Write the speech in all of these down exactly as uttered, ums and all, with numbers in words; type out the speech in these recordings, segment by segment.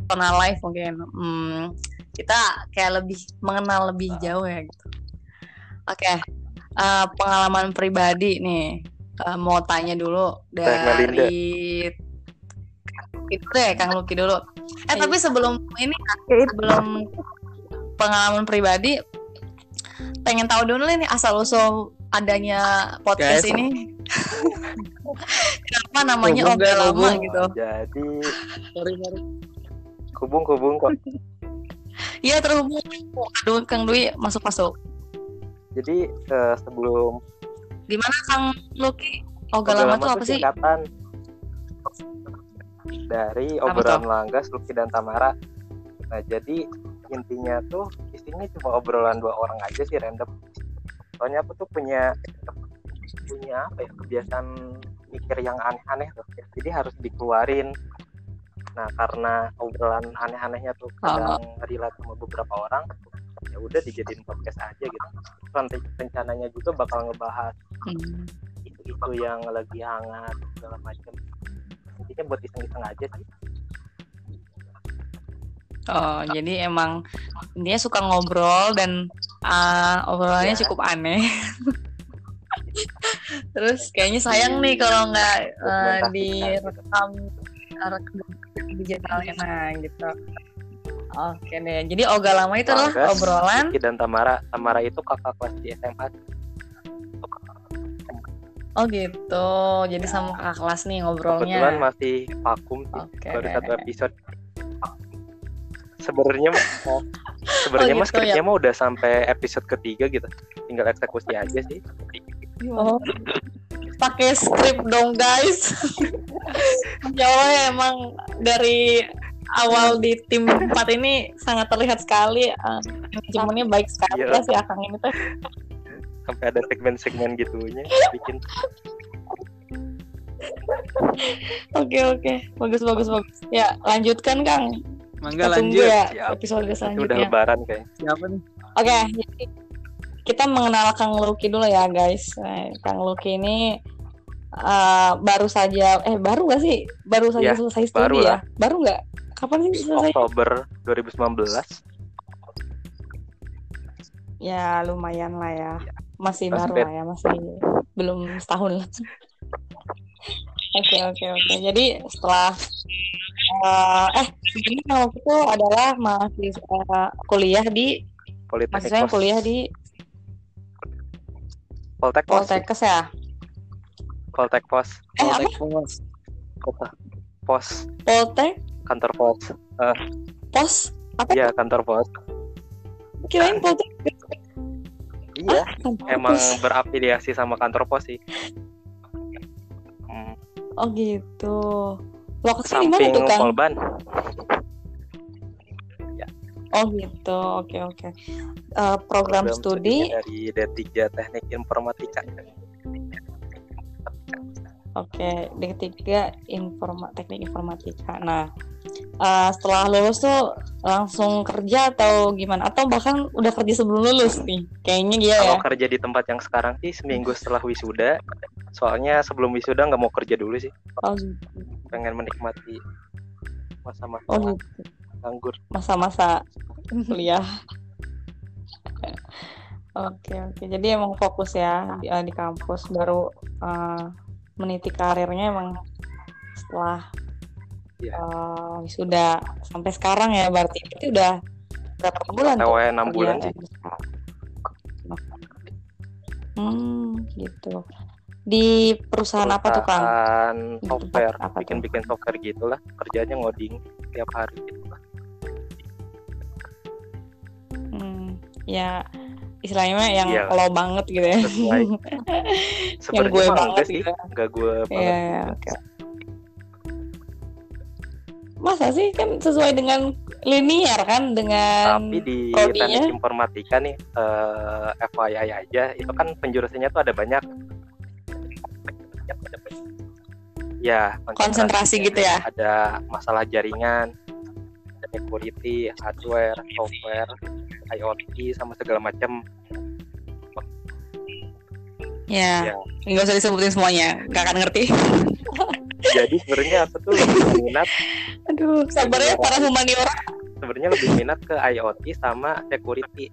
personal life mungkin. Hmm, kita kayak lebih mengenal lebih jauh ya gitu. Oke, okay. uh, pengalaman pribadi nih, uh, mau tanya dulu dari itu deh, Kang Luki dulu. Eh tapi sebelum ini, sebelum pengalaman pribadi, pengen tahu dulu nih asal usul adanya podcast Guys. ini. Kenapa namanya Obral Lama gitu? Jadi, hubung-hubung kok. Iya terhubung. Aduh, Kang Dwi masuk-masuk. Jadi uh, sebelum gimana Kang Luki? Obral Lama itu apa sih? Singkatan dari obrolan Langgas, Luki dan Tamara. Nah jadi intinya tuh isinya cuma obrolan dua orang aja sih, random. Soalnya aku tuh punya punya apa ya kebiasaan mikir yang aneh-aneh tuh. Jadi harus dikeluarin. Nah karena obrolan aneh-anehnya tuh kadang relate sama beberapa orang, ya udah dijadiin podcast aja gitu. Nanti rencananya juga bakal ngebahas hmm. itu-itu yang lagi hangat segala macam. Intinya buat iseng-iseng aja sih. Oh, jadi emang dia suka ngobrol dan uh, obrolannya ya. Cukup aneh. Terus kayaknya sayang nih kalau nggak uh, direkam di channelnya, nah gitu. Oke deh. Jadi Obral Lama itu adalah obrolan. Luki dan Tamara. Tamara itu kakak kelas di S M A. Oh gitu. Jadi sama kakak kelas nih ngobrolnya. Kebetulan masih vakum sih. Okay, baru satu episode. Sebenarnya sebenarnya oh, gitu, mas skripnya ya. Mah udah sampai episode ketiga gitu. Tinggal eksekusi aja sih. Oh. Pakai skrip dong guys. Ya Allah ya, emang dari awal di tim empat ini sangat terlihat sekali uh, manajemennya baik sekali ya si Akang ini tuh. Sampai ada segmen-segmen gitunya bikin. Oke oke, bagus bagus bagus. Ya lanjutkan Kang. Mangga lanjut. Ya episode selanjutnya. Udah lebaran kayak. Siapa nih? Oke, okay, jadi kita mengenal Kang Luki dulu ya guys. Nah, Kang Luki ini uh, baru saja, eh baru nggak sih? Baru saja ya, selesai studi baru ya? Baru nggak? Kapan sih selesai? Oktober dua ribu sembilan belas. Ya lumayan lah ya. Masih Mas baru bet. lah ya, masih belum setahun lah. Oke oke oke. Jadi setelah uh, eh sebenarnya waktu itu adalah mahasiswa uh, kuliah di mahasiswa yang kuliah di Poltek Poltekkes ya? Poltek Pos. Eh Poltek apa? Pos. Kota. Pos. Poltek? Kantor pos. Uh. Pos? Apa? Iya, kantor pos. Kirain Poltek. Iya, ah, emang pos. Berafiliasi sama kantor pos sih. Hmm. Oh gitu. Lokasinya di mana tuh, Kang? Polban. Ya. Oh gitu. Oke oke. Uh, program, program studi dari D tiga Teknik Informatika. Oke, D tiga Informa Teknik Informatika. Nah, uh, setelah lulus tuh langsung kerja atau gimana? Atau bahkan udah kerja sebelum lulus nih? Kayaknya dia Kalau ya. Kalau kerja di tempat yang sekarang sih seminggu setelah wisuda. Soalnya sebelum wisuda nggak mau kerja dulu sih. Oh gitu. Pengen menikmati masa-masa oh, gitu. nganggur. Masa-masa kuliah. Oke oke. Jadi emang fokus ya di, di kampus, baru uh, meniti karirnya emang setelah yeah. uh, wisuda sampai sekarang ya, berarti itu udah berapa bulan tuh? enam bulan sih. Hmm, gitu. Di perusahaan, perusahaan apa tuh Kang? Software, bikin-bikin software gitulah. Kerjanya ngoding tiap hari gitu lah. Hmm, ya istilahnya yang iya, lo banget gitu ya. Yang gue banget sih, gitu. Gak gue banget. Iya, ya, oke. Okay. Masa sih, kan sesuai dengan linear kan, dengan tapi di prodinya. Teknik Informatika nih, uh, F Y I aja, itu kan penjurusannya tuh ada banyak. Ya, konsentrasi gitu ya. Ada masalah jaringan, ada security, hardware, software, I O T sama segala macam. Ya, nggak usah disebutin semuanya, nggak akan ngerti. Jadi sebenarnya aku tuh lebih minat Aduh, sabarnya para humaniora. Sebenarnya lebih minat ke I O T sama security.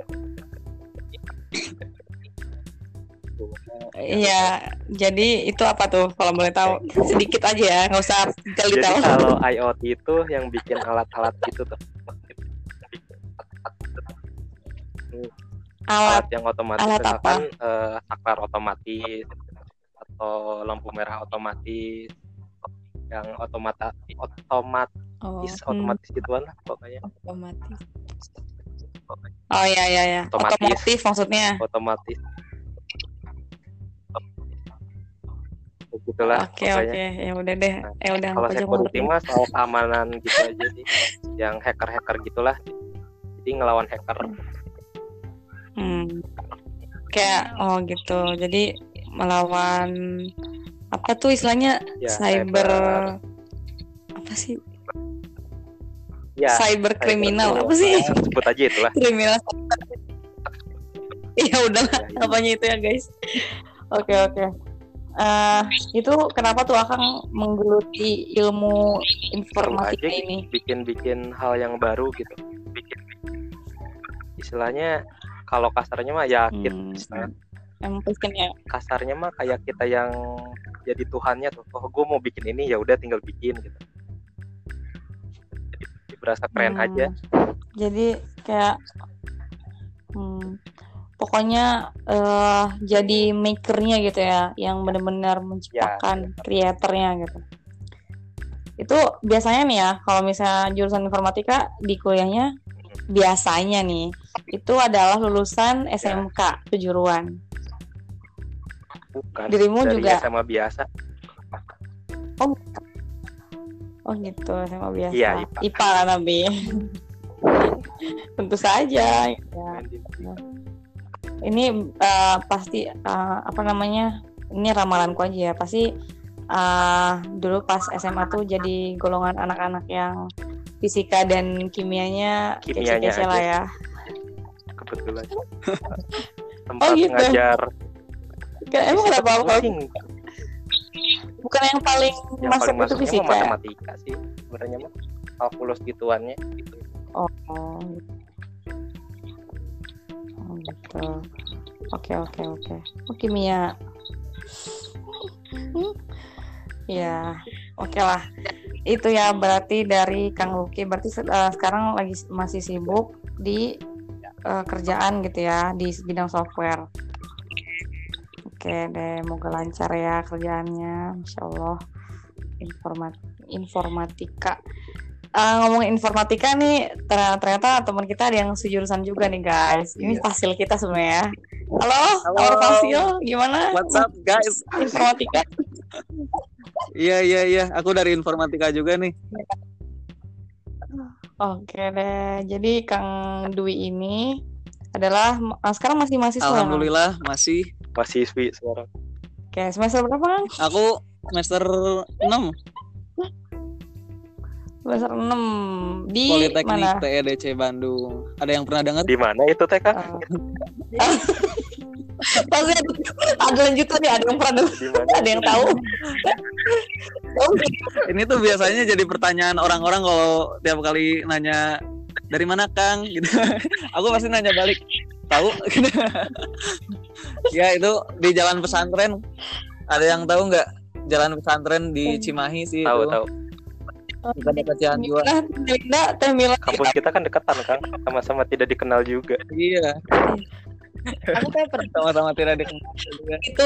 Iya, jadi itu apa tuh kalau boleh tahu? Sedikit aja ya, nggak usah detail. Jadi kalau I O T itu yang bikin alat-alat itu tuh. Alat, alat yang otomatis, alat misalkan uh, saklar otomatis atau lampu merah otomatis, yang otomata otomatis oh, otomatis hmm. gituan lah pokoknya. Otomatis. Oh ya ya ya. Otomatis, otomotif maksudnya. Otomatis. Gitulah. Oke oke, ya udah deh. Nah, ya udah. kalau security mah soal keamanan gitu aja sih, yang hacker-hacker gitulah. Jadi ngelawan hacker. Hmm. Kayak oh gitu. Jadi melawan apa tuh istilahnya ya, cyber, cyber apa sih? Ya, cyber kriminal apa sih? Sebut aja itulah. Kriminal. Ya udah ya, ya. Apanya itu ya guys. Oke oke. Uh, itu kenapa tuh Akang menggeluti ilmu informatika ini? Bikin-bikin hal yang baru gitu. Bikin istilahnya kalau kasarnya mah ya hmm. kita yang ya. Kasarnya mah kayak kita yang jadi Tuhannya tuh. Oh, gue mau bikin ini ya udah tinggal bikin gitu. Jadi berasa keren hmm. aja. Jadi kayak hmm, pokoknya uh, jadi makernya gitu ya, yang benar-benar menciptakan ya, kreatornya gitu. Itu biasanya nih ya, kalau misalnya jurusan informatika di kuliahnya biasanya nih itu adalah lulusan S M K ya. Kejuruan. Bukan. Dirimu dari juga S M A biasa. Oh, oh gitu, S M A biasa. Iya, I P A. I P A kan tapi. Tentu saja. Ya. Ini uh, pasti uh, apa namanya? Ini ramalanku aja ya. Pasti uh, dulu pas S M A tuh jadi golongan anak-anak yang fisika dan kimianya kece-kece lah ya. Kebetulan. Tempat oh, gitu. ngajar. Kan emang kenapa apa? Bukan yang paling yang masuk paling itu fisika. Matematika sih sebenarnya mah. Kalkulus gituannya. Oh. Oh gitu. Oke oke oke. Oh kimia. Hmm. Ya, oke okay lah. Itu ya berarti dari Kang Luki. Berarti uh, sekarang lagi masih sibuk di uh, kerjaan gitu ya di bidang software. Oke deh, moga lancar ya kerjaannya, Masya Allah. Informat informatika. Uh, ngomongin informatika nih, ternyata teman kita ada yang sejurusan juga nih guys. Ini fasil kita sebenarnya. Halo, Halo. Fasil, gimana? What's up guys? Informatika. Iya iya iya, aku dari informatika juga nih. Oke deh, jadi Kang Dwi ini adalah sekarang masih mahasiswa. Alhamdulillah kan? masih mahasiswi sekarang. Oke, semester berapa Kang? Aku semester enam. Semester enam di Politeknik mana? T E D C Bandung. Ada yang pernah dengar? Di mana itu T K? Uh. Pasti ada, ada lanjutan nih, ada yang pernah dengar, ada yang tahu. Ini tuh biasanya jadi pertanyaan orang-orang kalau tiap kali nanya dari mana Kang gitu. Aku pasti nanya balik, tahu? Ya itu di Jalan Pesantren. Ada yang tahu nggak Jalan Pesantren di Cimahi sih? Tahu itu. tahu. Dekat Cianjuang. Kampus kita kan dekatan kan, sama-sama tidak dikenal juga. Iya. Aku kayak pernah sama-sama tidak dikenal juga. Itu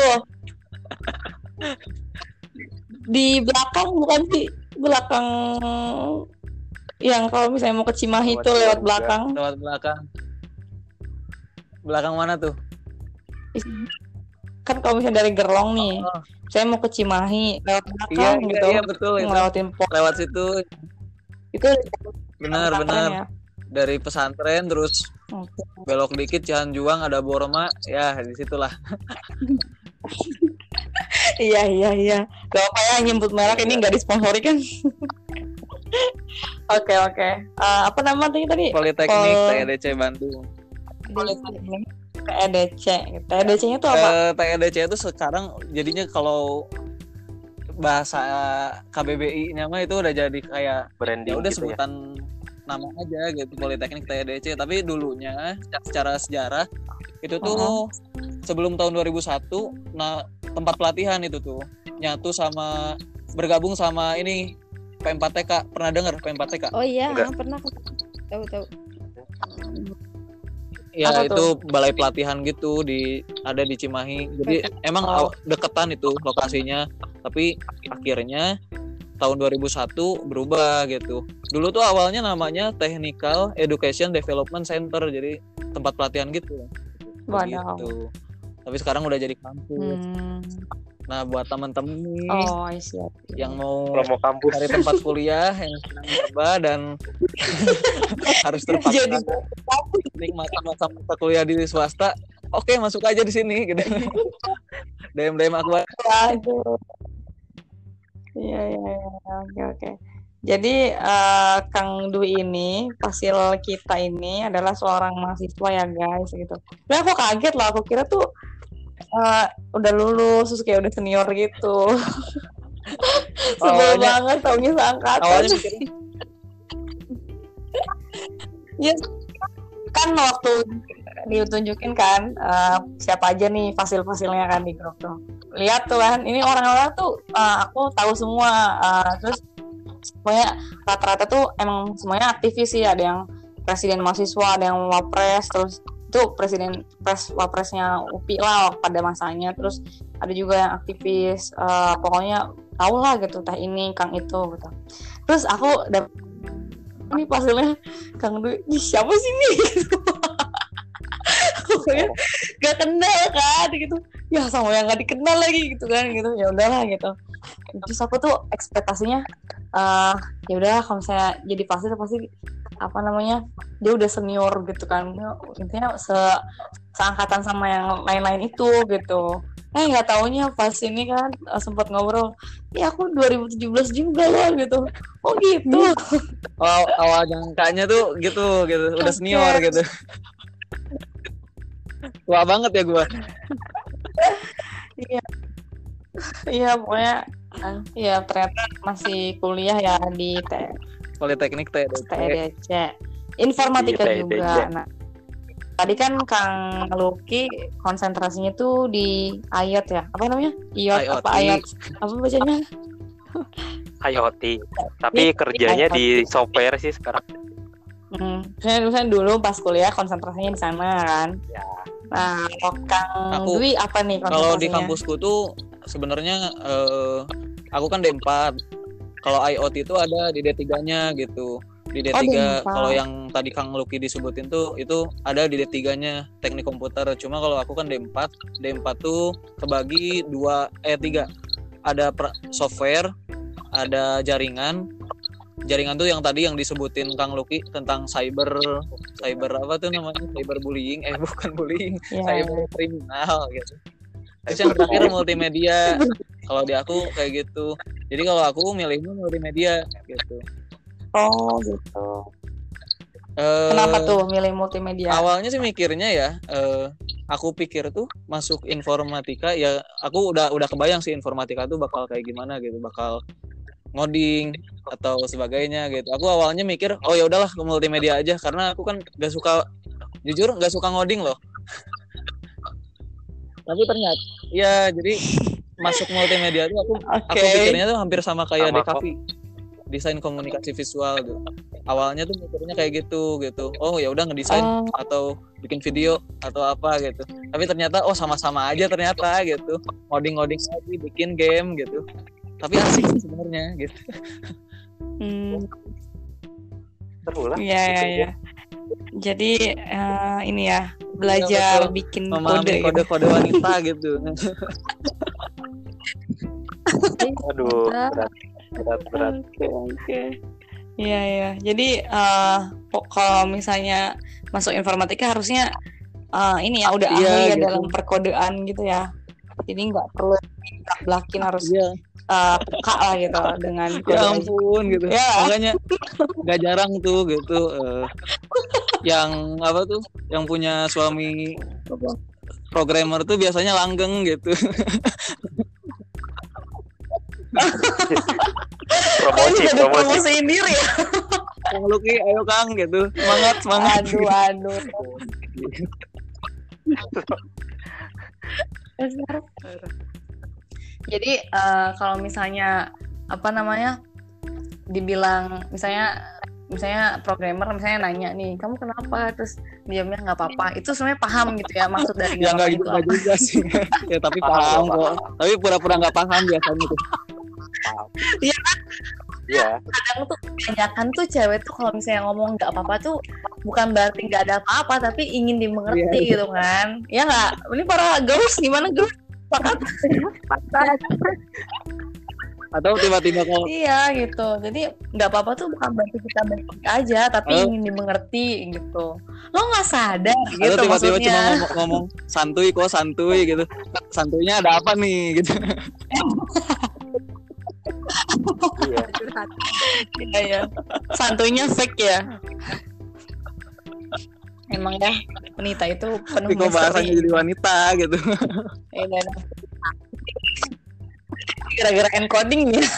di belakang bukan sih, belakang yang kalau misalnya mau ke Cimahi itu lewat belakang. Lewat belakang. Belakang mana tuh? Kan kalau misalnya dari Gerlong nih, oh. saya mau ke Cimahi lewat belakang iya, gitu. Iya betul. Ngelewatin pos. Lewat situ. Itu benar benar. Ya? Dari pesantren terus okay. belok dikit Cianjuang ada Borma, ya disitulah. Iya iya iya. Gak apa ya nyebut merek ini nggak disponsori kan? Oke oke. Uh, apa nama tadi tadi? Politeknik Pol... T E D C Bandung. Politeknik T E D C. T E D C-nya itu apa? Uh, T E D C itu sekarang jadinya kalau bahasa K B B I-nya mah itu udah jadi kayak branding ya udah gitu ya. sebutan nama aja gitu, Politeknik T D C. Tapi dulunya secara sejarah itu tuh Uh-huh. sebelum tahun dua ribu satu, nah tempat pelatihan itu tuh nyatu sama bergabung sama ini P empat T K. Pernah dengar P empat T K? Oh iya, Enggak. pernah tahu tahu. Ya Apa itu balai pelatihan gitu di ada di Cimahi. Jadi emang Oh. aw- deketan itu lokasinya, tapi akhirnya tahun dua ribu satu berubah gitu. Dulu tuh awalnya namanya Technical Education Development Center, jadi tempat pelatihan gitu. Wadaw. Gitu. Tapi sekarang udah jadi kampus. Hmm. Nah, buat teman-teman nih Oh, I see. yang mau Promo kampus. cari tempat kuliah yang sedang coba dan harus terpaksa Jadi nikmati masa-masa kuliah di swasta, oke masuk aja di sini gitu. D M D M aku Waduh. Iya, iya, iya. Oke, oke. Jadi eh, Kang Dwi ini, Fasil kita ini adalah seorang mahasiswa ya guys gitu. Nah, aku kaget lah, aku kira tuh eh, udah lulus, terus kayak udah senior gitu. Sebel Awalnya- banget, taunya seangkatan. awalnya mikirnya Ya, kan waktu ditunjukin kan eh, siapa aja nih fasil-fasilnya kan di grup tuh. Lihat tuh kan, ini orang-orang tuh eh, aku tahu semua. eh, terus pokoknya rata-rata tuh emang semuanya aktivis sih. Ada yang presiden mahasiswa, ada yang wapres, terus itu presiden pres wapresnya U P I lah pada masanya. Terus ada juga yang aktivis, eh, pokoknya tahu lah gitu, teh ini Kang itu gitu. Terus aku dapet ini pasilnya Kang Dwi, "Ih, siapa sih nih?" Pokoknya gak kenal kan gitu, ya sama yang gak dikenal lagi gitu kan gitu. Ya udahlah gitu. Terus aku tuh ekspektasinya eh ya udah kalau misalnya jadi pasil pasti apa namanya dia udah senior gitu kan, intinya se seangkatan sama yang lain-lain itu gitu. Eh nggak taunya pas ini kan eh, sempat ngobrol, ya aku dua ribu tujuh belas juga loh gitu. Oh gitu. awal, awal jangkanya tuh gitu gitu, udah senior Oke. gitu. Tua banget ya gua. Iya pokoknya eh, iya ternyata masih kuliah ya di T- Politeknik T D C. T E D C informatika Iya, T E D C. juga. Nah tadi kan Kang Luki konsentrasinya tuh di I O T ya, apa namanya I O T I O T. apa I O T apa bacanya? I O T. Tapi kerjanya di software sih sekarang. Hmm. Misalnya, misalnya dulu pas kuliah konsentrasinya di sana kan. Ya. Nah kalau Kang Aku- Dwi apa nih konsentrasinya? Kalau di kampusku tuh sebenarnya eh, aku kan D empat. Kalau I O T itu ada di D tiga-nya gitu. Di D tiga Oh, D empat. kalau yang tadi Kang Luki disebutin tuh itu ada di D tiga-nya teknik komputer. Cuma kalau aku kan D empat, D empat tuh kebagi dua eh tiga. Ada pra- software, ada jaringan. Jaringan tuh yang tadi yang disebutin Kang Luki tentang cyber cyber apa tuh namanya? Cyber bullying, eh bukan bullying, Ya. cyber kriminal gitu. Terus yang terakhir multimedia. Kalau di aku kayak gitu. Jadi kalau aku milihnya multimedia gitu. Oh gitu. Eh, Kenapa tuh milih multimedia? Awalnya sih mikirnya ya, eh, aku pikir tuh masuk informatika ya, aku udah udah kebayang sih informatika tuh bakal kayak gimana gitu, bakal ngoding atau sebagainya gitu. Aku awalnya mikir, oh ya udahlah ke multimedia aja karena aku kan gak suka, jujur gak suka ngoding loh. Tapi ternyata, ya jadi masuk multimedia tuh aku Oke. aku pikirnya tuh hampir sama kayak Sama D K V, desain komunikasi visual gitu. Awalnya tuh mikirnya kayak gitu gitu. Oh ya udah ngedesain Oh. atau bikin video atau apa gitu. Tapi ternyata oh sama-sama aja ternyata gitu. Ngoding-ngoding lagi, bikin game gitu. Tapi asik sih sebenarnya gitu. Hmm. Seru lah. Iya iya iya. Jadi eh, ini ya belajar betul. bikin kode. Memahami gitu. kode-kode wanita gitu. Aduh, berat, berat, berat. Oke oke. Iya iya. Jadi eh, po- kalau misalnya masuk informatika harusnya eh, ini ya udah Iya, ahli ya gitu. dalam perkodean gitu ya. Jadi nggak perlu belak-belakin harus Iya. eh, peka lah gitu dengan kode. Ya ampun gitu. Ya. Makanya nggak jarang tuh gitu eh, yang apa tuh yang punya suami programmer tuh biasanya langgeng gitu. promosi Jadi promosi promosiin diri ya. Kang Luki, ayo Kang gitu. Semangat, semangat. Aduh, aduh. Jadi eh, kalau misalnya apa namanya dibilang misalnya misalnya programmer misalnya nanya nih kamu kenapa terus diamnya nggak apa-apa itu sebenarnya paham gitu ya maksud dari Ya nggak apa-apa gitu itu nggak apa. juga sih. Ya tapi Paham, paham paham. kok. Tapi pura-pura nggak paham biasanya tuh. ya Kadang tuh kebanyakan tuh cewek tuh kalau misalnya ngomong nggak apa-apa tuh bukan berarti nggak ada apa-apa tapi ingin dimengerti Iya, gitu kan ya nggak ini para girls gimana girls sepakat Atau tiba-tiba kalau iya gitu jadi nggak apa-apa tuh bukan berarti kita baik aja tapi Oh. ingin dimengerti gitu lo nggak sadar atau gitu tiba-tiba maksudnya cuma ngomong, ngomong santuy kok santuy gitu. Santuйnya ada apa nih gitu. iya iya ya santuйnya fake ya emang ya wanita itu penuh Tapi kok bahasanya misteri jadi wanita gitu. Eh, dan gara-gara encoding ya.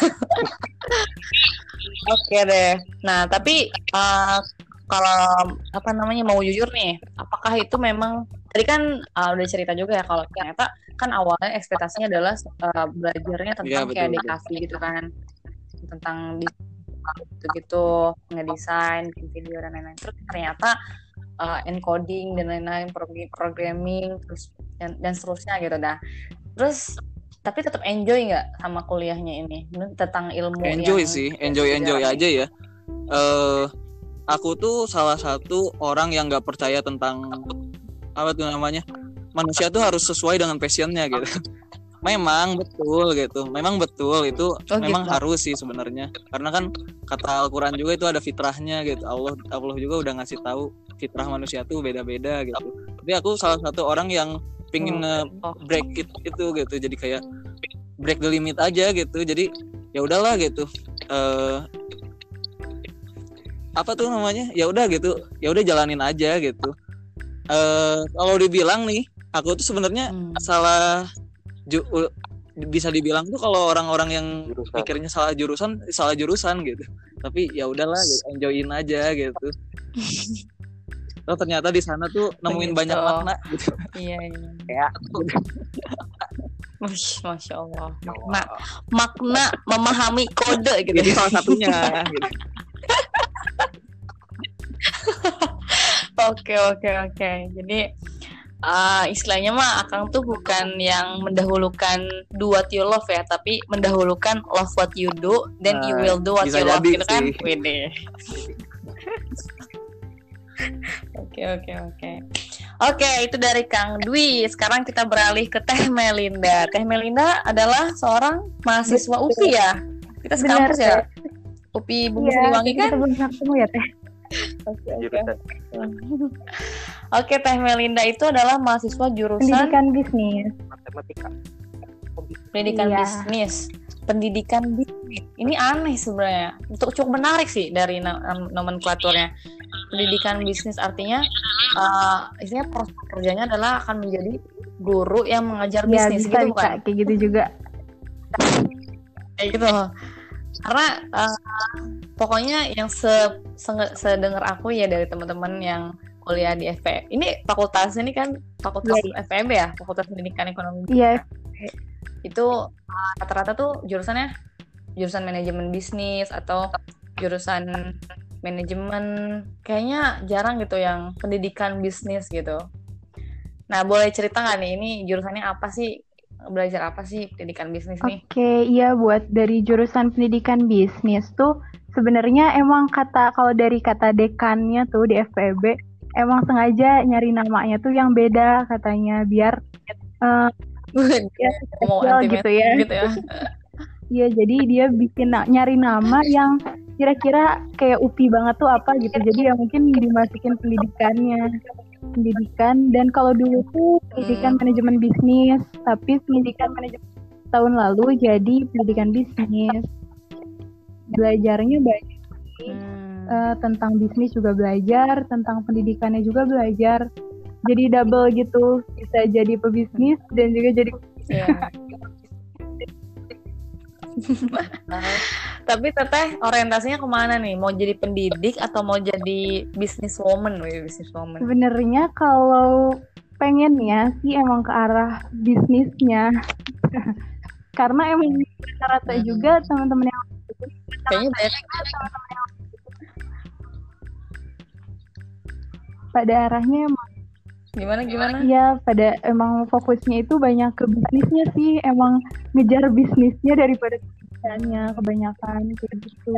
Oke deh. Nah, tapi uh, kalau apa namanya mau jujur nih, apakah itu memang tadi kan uh, udah cerita juga ya kalau ternyata kan awalnya ekspektasinya adalah uh, belajarnya Iya, tentang betul, kayak betul. dekasi gitu kan, tentang gitu-gitu, ngedesain, bikin video dan lain-lain. Terus ternyata uh, encoding dan lain-lain, prog- programming, terus dan, dan seterusnya gitu dah. Terus tapi tetap enjoy nggak sama kuliahnya ini tentang ilmu Enjoy yang sih, enjoy enjoy sejarah aja ya. Eh aku tuh salah satu orang yang nggak percaya tentang apa tuh namanya manusia tuh harus sesuai dengan passionnya gitu. Memang betul gitu, memang betul itu Oh, memang gitu. harus sih sebenarnya. Karena kan kata Al-Quran juga itu ada fitrahnya gitu. Allah Allah juga udah ngasih tahu fitrah manusia tuh beda-beda gitu. Tapi aku salah satu orang yang pingin Oh. break it itu gitu. Jadi kayak break the limit aja gitu. Jadi ya udahlah gitu. Eh apa tuh namanya? Ya udah gitu. Ya udah jalanin aja gitu. Eh kalau dibilang nih, aku tuh sebenarnya Hmm. salah ju- u- bisa dibilang tuh kalau orang-orang yang jurusan pikirnya salah jurusan, salah jurusan gitu. Tapi ya udahlah, gitu, enjoyin aja gitu. Oh ternyata di sana tuh nemuin Begitu. banyak makna gitu. Iya, iya. kayak Wih, Masya Allah. Ya Makna, Allah. makna memahami kode gitu. Jadi salah satunya gitu. Oke, oke, oke. Jadi uh, istilahnya mah Akang tuh bukan yang mendahulukan do what you love ya, tapi mendahulukan love what you do, then you Nah, will do what bisa you love jadi gitu kan. sih. Wede. Oke, oke, oke. Oke, itu dari Kang Dwi. Sekarang kita beralih ke Teh Melinda. Teh Melinda adalah seorang mahasiswa U P I ya. Kita Benar, sekampus ya. U P I Bumi Siliwangi kan? Kita belum ketemu ya Teh. Oke, oke. jurusan Oke, Teh Melinda itu adalah mahasiswa jurusan Pendidikan bisnis. matematika pendidikan Iya. bisnis. Pendidikan bisnis. Ini aneh sebenarnya. Untuk cukup menarik sih dari na- nam- nomenklaturnya. Pendidikan bisnis artinya uh, isinya proses kerjanya adalah akan menjadi guru yang mengajar Ya bisnis bisa, gitu bisa bukan? kayak gitu juga. Kayak gitu. Karena uh, pokoknya yang se se- sedengar aku ya dari teman-teman yang kuliah di F E B. Ini fakultas ini kan fakultas Iya, F E B ya, Fakultas Pendidikan Ekonomi. Iya, Itu uh, rata-rata tuh jurusannya jurusan manajemen bisnis atau jurusan manajemen, kayaknya jarang gitu yang pendidikan bisnis gitu. Nah, boleh cerita nggak nih ini jurusannya apa sih? Belajar apa sih pendidikan bisnis nih? oke, iya buat dari jurusan pendidikan bisnis tuh sebenarnya emang kata kalau dari kata dekannya tuh di F E B emang sengaja nyari namanya tuh yang beda katanya biar eh, ya, Mau spesial anti gitu ya. gitu ya. Iya, jadi dia bikin na- nyari nama yang kira-kira kayak U P I banget tuh apa gitu. Jadi ya mungkin dimasukin pendidikannya. Pendidikan dan kalau dulu tuh pendidikan Hmm. manajemen bisnis, tapi pendidikan manajemen tahun lalu jadi pendidikan bisnis. Belajarnya banyak Hmm. eh, tentang bisnis juga belajar, tentang pendidikannya juga belajar. Jadi double gitu, bisa jadi pebisnis dan juga jadi Iya. Tapi teteh orientasinya kemana nih? Mau jadi pendidik atau mau jadi businesswoman? Wih, businesswoman. Sebenarnya kalau pengennya sih emang ke arah bisnisnya. Karena emang rata-rata Hmm. juga teman-teman yang Kayaknya banyak pada arahnya emang gimana gimana? ya pada emang fokusnya itu banyak ke bisnisnya sih, emang ngejar bisnisnya daripada kerjaannya kebanyakan kayak gitu.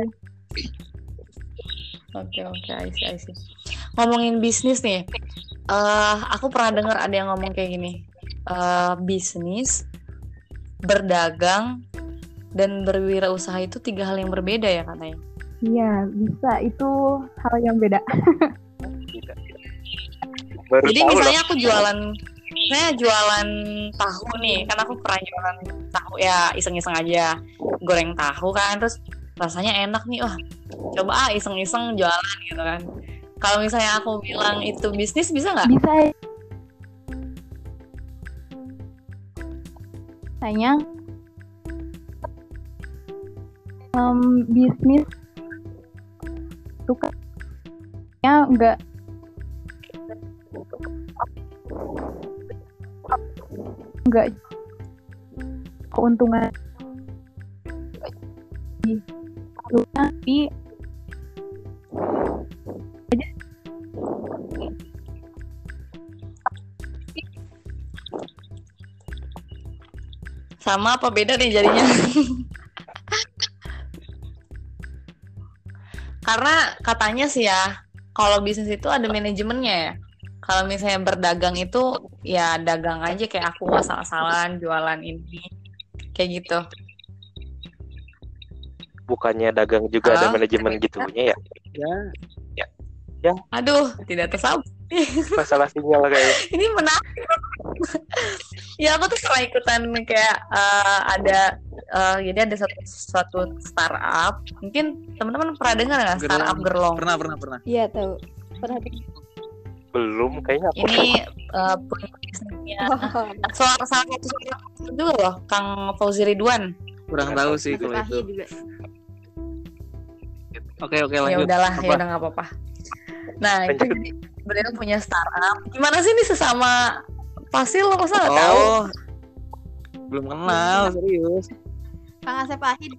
Oke oke, I see, I see. Ngomongin bisnis nih, eh aku pernah dengar ada yang ngomong kayak gini, eh bisnis, berdagang, dan berwirausaha itu tiga hal yang berbeda ya katanya. Iya, bisa, itu hal yang beda. Tidak. Baru Jadi tahu misalnya loh. aku jualan, saya jualan tahu nih, kan aku pernah jualan tahu ya iseng-iseng aja, goreng tahu kan, terus rasanya enak nih, wah coba ah iseng-iseng jualan gitu kan. Kalau misalnya aku bilang itu bisnis bisa nggak? Bisa. Tanya um, bisnis itu kan ya enggak enggak keuntungan tapi Sama apa beda nih jadinya? Karena katanya sih ya, kalau bisnis itu ada manajemennya ya. Kalau misalnya berdagang itu ya dagang aja kayak aku asal-asalan jualan ini kayak gitu. Bukannya dagang juga ada Halo? manajemen gitunya ya? Ya, Aduh, tidak tersambung. Masalah sinyal kayak. Ini menarik. Ya aku tuh pernah ikutan kayak uh, ada uh, jadi ada satu suatu startup. Mungkin teman-teman pernah dengar nggak startup Gerlong? Pernah, pernah, pernah. Iya tahu. Pernah. Belum kayaknya aku. Ini uh, punya bisnisnya soal salah satu itu juga loh, Kang Fauzi Ridwan. Kurang tahu sih Mas kalau itu. Fahri juga. Oke, oke, Ya lanjut. udahlah, Apa? ya udah nggak apa-apa. Nah itu Lanjut. jadi beliau punya startup. Gimana sih ini sesama Fasil lo masa nggak tahu? Oh, belum kenal, serius. Kang Asep Ahid.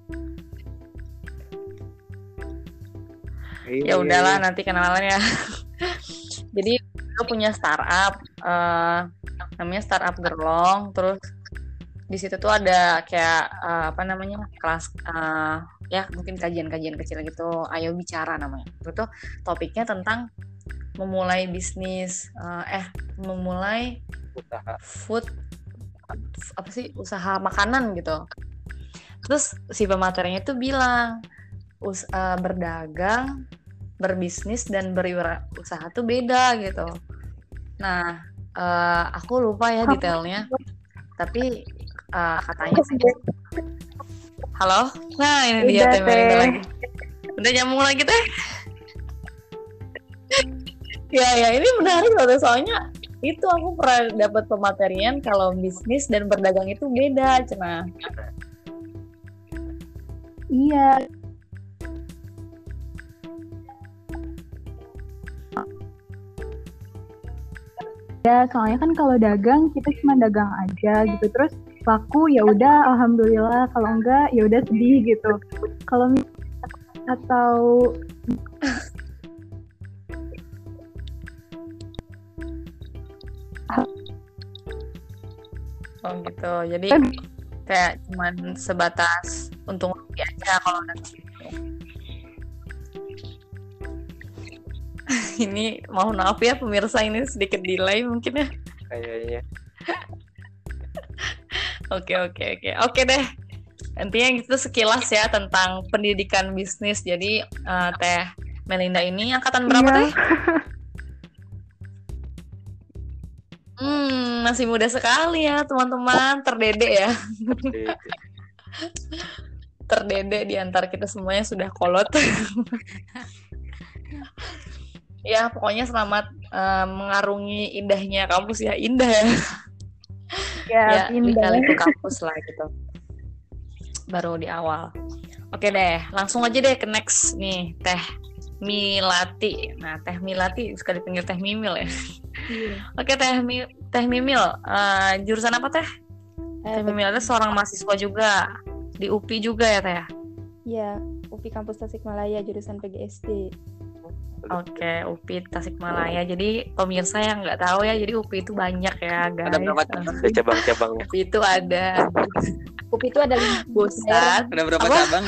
Ya udahlah nanti kenalan ya. Jadi beliau punya startup, eh, namanya startup Gerlong. Terus di situ tuh ada kayak eh, apa namanya kelas eh, ya mungkin kajian-kajian kecil gitu. Ayo bicara namanya. Itu tuh topiknya tentang memulai bisnis, eh, eh memulai Usaha. food apa sih usaha makanan gitu. Terus si pematerinya tuh bilang us- eh, berdagang, berbisnis dan berwirausaha tuh beda gitu. Nah, eh, aku lupa ya detailnya. Tapi eh, katanya sih. Halo, nah ini dia Udah, Teh Melinda Teh. lagi. Udah nyambung lagi Teh. Ya ya ini menarik loh Teh, soalnya itu aku pernah dapat pematerian kalau bisnis dan berdagang itu beda, cenah. iya ya soalnya kan kalau dagang kita cuma dagang aja gitu, terus laku ya udah alhamdulillah, kalau enggak ya udah sedih gitu. Kalau mis- atau Oh gitu. Jadi kayak cuman sebatas untung rugi aja kalau udah gitu. Ini mohon maaf ya pemirsa, ini sedikit delay mungkin ya. Kayaknya. Oke oke oke oke deh. Intinya gitu sekilas ya tentang pendidikan bisnis. Jadi eh, Teh Melinda ini angkatan berapa Iya. Teh? Hmm, masih muda sekali ya teman-teman, terdede ya. Jadi, Terdede di antara kita semuanya sudah kolot. Ya pokoknya selamat eh, mengarungi indahnya kampus ya, indah ya. ya, Ya pindah. lika-liku kampus lah gitu. baru di awal. Oke deh, langsung aja deh ke next nih, Teh Milati. Nah, Teh Milati suka dipanggil Teh Mimil ya. Iya. Oke, Teh Mi- Teh Mimil, uh, jurusan apa Teh? Eh, Teh Mimil itu seorang mahasiswa juga di U P I juga ya Teh? Iya, U P I Kampus Tasikmalaya jurusan P G S D. Oke, U P I Tasikmalaya. Jadi pemirsa yang nggak tahu ya, jadi U P I itu banyak ya guys. Ada berapa cabang? Ada cabang-cabangnya. U P I itu ada U P I itu ada lima pusat, Ada berapa Apa? cabang?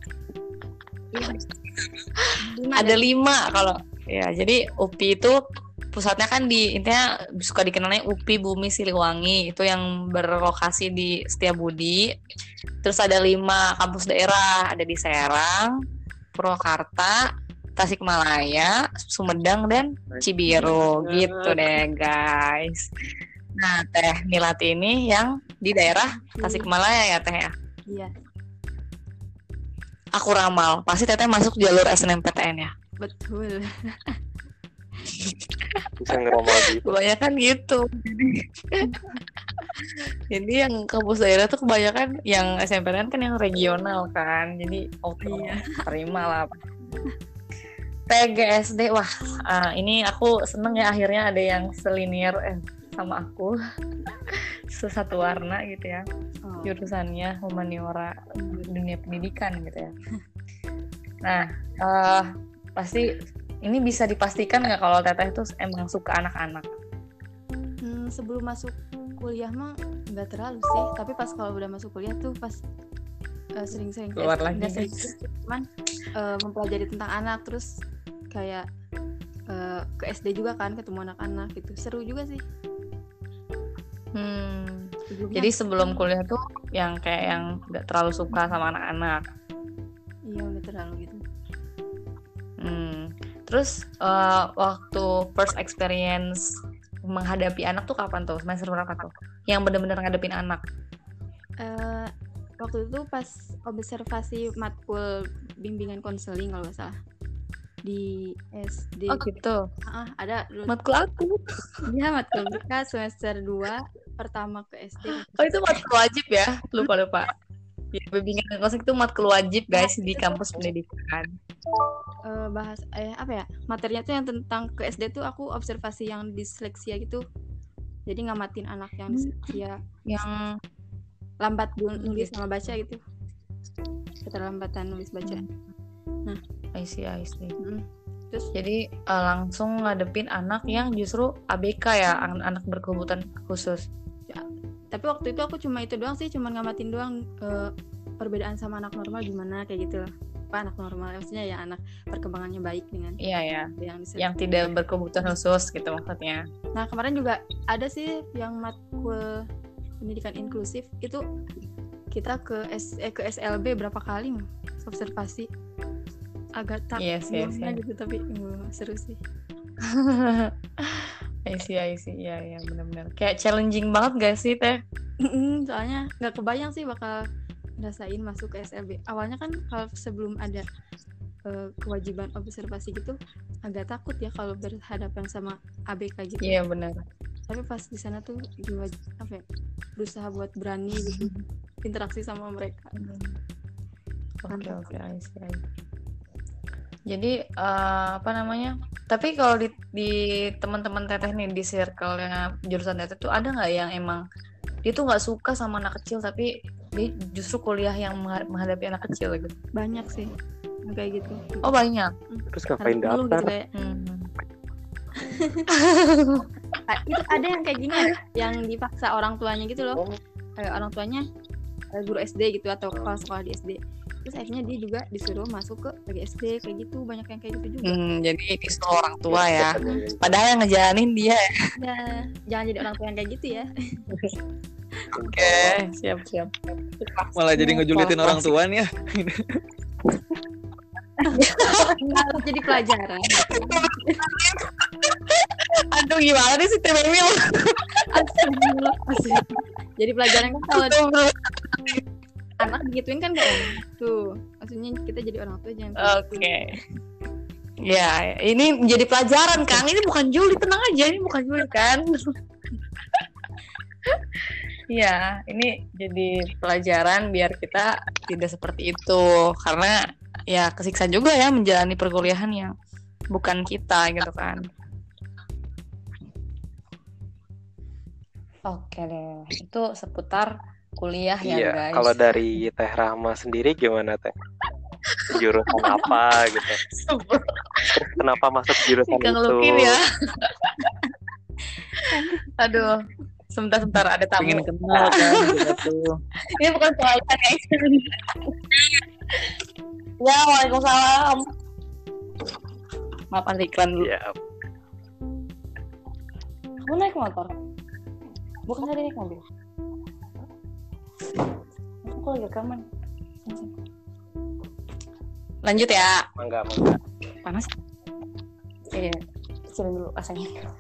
lima ada lima kalau ya. Jadi U P I itu pusatnya kan di intinya suka dikenalnya U P I Bumi Siliwangi, itu yang berlokasi di Setiabudi. Terus ada lima kampus daerah, ada di Serang, Purwakarta, Tasikmalaya, Sumedang, dan Cibiru gitu deh guys. Nah, Teh Milati ini yang di daerah Tasikmalaya ya Teh ya. Iya, Aku ramal, pasti Teteh masuk jalur S N M P T N ya. betul. Bisa ngeramal gitu. Kebanyakan gitu. Jadi yang kampus daerah tuh kebanyakan yang S M P T N kan yang regional kan. Jadi auto Iya. terima lah. P G S D, wah uh, ini aku seneng ya akhirnya ada yang selinier eh, sama aku. Sesatu warna gitu ya. Oh. Jurusannya humaniora, dunia pendidikan gitu ya. Nah, uh, pasti ini bisa dipastikan nggak kalau Teteh itu emang suka anak-anak? Hmm, sebelum masuk kuliah mah nggak terlalu sih, tapi pas kalau udah masuk kuliah tuh pas uh, sering-sering Keluar lagi, nggak sering, guys. cuman uh, mempelajari tentang anak, terus kayak uh, ke S D juga kan, ketemu anak-anak gitu, seru juga sih. Hmm. Sebelumnya- Jadi sebelum kuliah tuh yang kayak yang nggak terlalu suka sama anak-anak. iya udah terlalu gitu. Hmm. Terus uh, waktu first experience menghadapi anak tuh kapan tuh? Semester berapa tuh? Yang benar-benar ngadepin anak? Uh, waktu itu pas observasi matkul bimbingan konseling kalau nggak salah di S D. Oh gitu. Ah, ada dulu. Matkul aku. Iya, matkul mereka semester dua pertama ke S D. Oh itu matkul wajib ya? Lupa lupa. Ya, bimbingan konseling itu matkul wajib guys di kampus pendidikan. Eh, bahas eh apa ya? Materinya tuh yang tentang ke S D tuh aku observasi yang disleksia gitu. Jadi ngamatin anak yang disleksia, Yang lambat bu- nulis sama baca gitu. Keterlambatan nulis baca. I see, I see. Mm. Terus Jadi uh, langsung ngadepin anak yang justru A B K ya, an- anak berkebutuhan khusus. tapi waktu itu aku cuma itu doang sih, cuma ngamatin doang eh, perbedaan sama anak normal gimana kayak gitu lah. Apa anak normal maksudnya ya anak perkembangannya baik dengan Iya ya, yang disleksia. yang tidak berkebutuhan khusus gitu maksudnya. Nah kemarin juga ada sih yang matkul pendidikan inklusif itu kita ke S eh, ke S L B berapa kali mah observasi, agak tak Yes, yes, gimana yes. gitu tapi uh, seru sih. I see, I see. Iya, iya, benar-benar. Kayak challenging banget gak sih, Teh? Soalnya nggak kebayang sih bakal ngerasain masuk ke S L B. Awalnya kan kalau sebelum ada uh, kewajiban observasi gitu agak takut ya kalau berhadapan sama A B K gitu. Iya, benar. Tapi pas di sana tuh jiwa apa ya, berusaha buat berani gitu interaksi sama mereka. Oke, oke, I see, I see. Jadi eh, apa namanya? Tapi kalau di, di teman-teman Teteh nih di circle-nya jurusan Teteh tuh ada nggak yang emang dia tuh nggak suka sama anak kecil tapi dia justru kuliah yang mengha- menghadapi anak kecil gitu? Banyak sih yang kayak gitu. Oh banyak. Terus ngapain Anak dulu daftar? gitu kayak Hmm. ah, itu ada yang kayak gini ya, yang dipaksa orang tuanya gitu loh. Kayak orang tuanya eh, guru S D gitu atau kepala sekolah di S D. Terus akhirnya dia juga disuruh masuk ke P G S D kayak gitu, banyak yang kayak gitu juga. Hmm, jadi disuruh orang tua ya. Padahal yang ngejalanin dia. Ya. Ya, jangan jadi orang tua yang kayak gitu ya. Oke, siap siap. Malah jadi ngejulitin orang tua nih ya. Harus jadi pelajaran. Aduh gimana sih Teh Memil? Astagfirullah. Jadi pelajaran kan kalau anak digituin kan gak enak tuh. Maksudnya kita jadi orang tua jangan kayak gitu. Oke. Ya, ini menjadi pelajaran Kang. Ini bukan Juli, tenang aja. Ini bukan Juli kan. Iya, ini jadi pelajaran biar kita tidak seperti itu. Karena ya kesiksa juga ya menjalani perkuliahan yang bukan kita gitu kan. Oke deh, itu seputar kuliah ya Iya, guys. kalau dari Teh Rahma sendiri gimana Teh? Jurusan apa gitu? Kenapa masuk jurusan Ikan itu? ngelukin ya. Aduh, sebentar-sebentar ada tamu. Pengen kenal kan kita tuh. Ini bukan soal ikan ya. Ya, waalaikumsalam. Maaf ada iklan dulu. Ya, Kamu naik motor? Bukan tadi naik mobil. Aku lagi rekaman. Lanjut ya. mangga mangga. Panas. Iya, kecilin dulu asanya.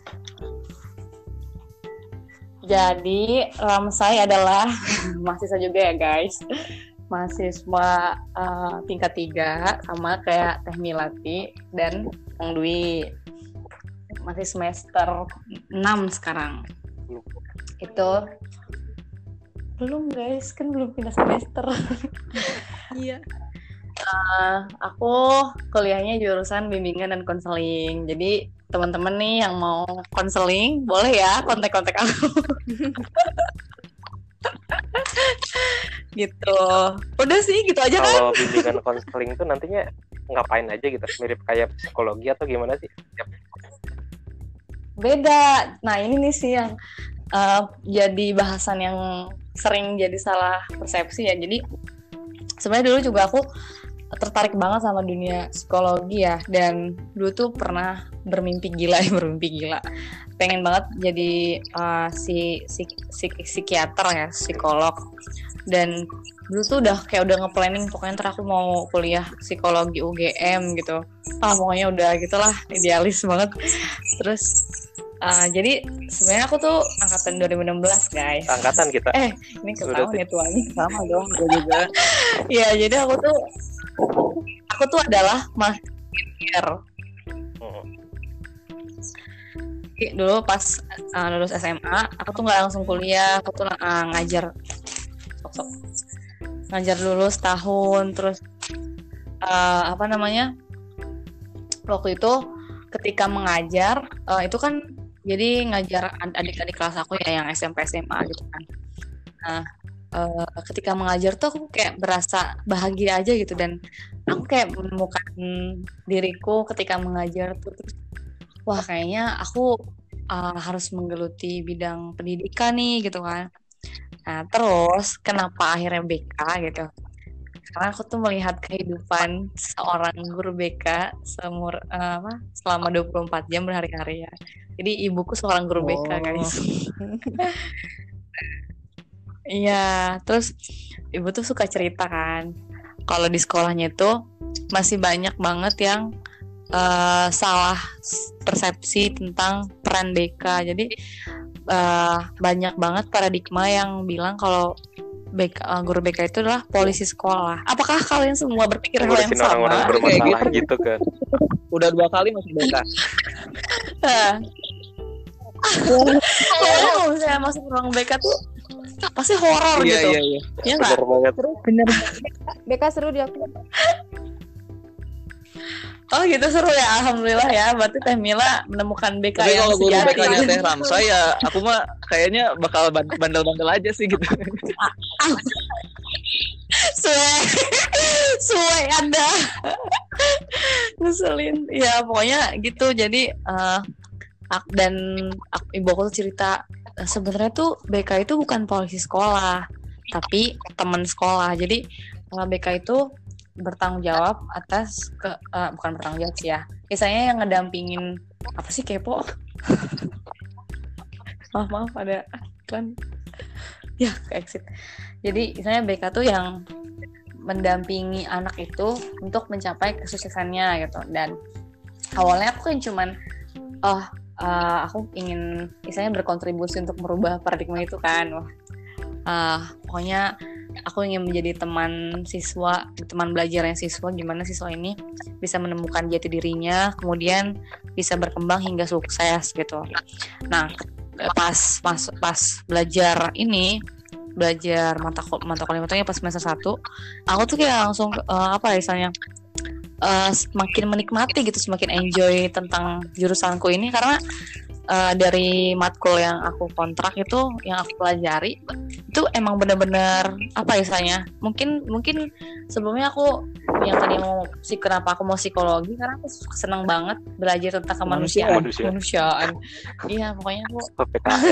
Jadi Ramsay adalah mahasiswa juga ya guys, mahasiswa uh, tingkat tiga sama kayak Teh Milati dan Kang Dwi, masih semester enam sekarang. Itu belum guys, kan belum pindah semester. Iya. Uh, aku kuliahnya jurusan bimbingan dan konseling. Jadi teman-teman nih yang mau konseling boleh ya kontak-kontak aku. Gitu. Udah sih gitu aja kan. Kalau bimbingan konseling itu nantinya ngapain aja gitu? Mirip kayak psikologi atau gimana sih? Beda. Nah ini nih sih yang uh, jadi bahasan yang sering jadi salah persepsi ya. Jadi sebenarnya dulu juga aku tertarik banget sama dunia psikologi ya, dan dulu tuh pernah bermimpi gila ya bermimpi gila pengen banget jadi uh, si, si, si psikiater ya, psikolog. Dan dulu tuh udah kayak udah nge-planning pokoknya ntar aku mau kuliah psikologi U G M gitu, ah pokoknya udah gitulah idealis banget. Terus uh, jadi sebenarnya aku tuh angkatan dua ribu enam belas guys. Angkatan kita. Eh ini ketahuan ya tuanya Sama dong, gue juga. Iya, jadi aku tuh aku tuh adalah mahasiswa. Hmm. Dulu pas uh, lulus S M A, aku tuh nggak langsung kuliah, aku tuh uh, ngajar, sok-sok ngajar dulu setahun, terus uh, apa namanya? Waktu itu ketika mengajar, uh, itu kan jadi ngajar adik-adik kelas aku ya yang S M P S M A gitu kan. Nah, Uh, ketika mengajar tuh aku kayak berasa bahagia aja gitu, dan aku kayak menemukan diriku ketika mengajar tuh, terus wah kayaknya aku uh, harus menggeluti bidang pendidikan nih gitu kan. Nah terus kenapa akhirnya B K gitu, karena aku tuh melihat kehidupan seorang guru B K semur uh, apa selama dua puluh empat jam berhari-hari ya. Jadi ibuku seorang guru B K guys. Iya, terus ibu tuh suka cerita kan, kalau di sekolahnya itu masih banyak banget yang uh, salah persepsi tentang peran B K. Jadi uh, banyak banget paradigma yang bilang kalau B K, uh, guru B K itu adalah polisi sekolah. Apakah kalian semua berpikir hal yang sama? Orang-orang bermasalah gitu. gitu kan. Udah dua kali masuk B K. Nah, kalau misalnya masuk ruang B K tuh pasti horor Iya, gitu. iya, iya. Iya nggak? Bener banget. Bener. B K seru di aku. Oh gitu, seru ya, alhamdulillah ya. Berarti Teh Mila menemukan B K Tapi yang kalau guru B sejati. K-nya Teh Ramsa ya, aku mah kayaknya bakal bandel-bandel aja sih gitu. Suwe, suwe Anda. Ngeselin. Ya pokoknya gitu. Jadi uh, ak- dan ak- ibu aku tuh cerita, sebenarnya tuh B K itu bukan polisi sekolah, tapi teman sekolah. Jadi uh, B K itu bertanggung jawab atas ke uh, bukan bertanggung jawab sih ya. Misalnya yang ngedampingin apa sih kepo? maaf maaf ada iklan. Ya ke exit. Jadi misalnya B K tuh yang mendampingi anak itu untuk mencapai kesuksesannya gitu. Dan awalnya aku kan cuman oh Uh, aku ingin misalnya berkontribusi untuk merubah paradigma itu kan. Wah, uh, pokoknya aku ingin menjadi teman siswa, teman belajarnya siswa, gimana siswa ini bisa menemukan jati dirinya, kemudian bisa berkembang hingga sukses gitu. Nah, pas pas pas belajar ini belajar mata mata kuliah itu pas semester satu, aku tuh kayak langsung uh, apa ya misalnya uh, semakin menikmati gitu, semakin enjoy tentang jurusanku ini karena uh, dari matkul yang aku kontrak itu, yang aku pelajari itu emang benar-benar apa ya misalnya mungkin mungkin sebelumnya aku yang tadi mau sih kenapa aku mau psikologi karena aku senang banget belajar tentang kemanusiaan, Manusia. kemanusiaan. Iya pokoknya aku P P K M.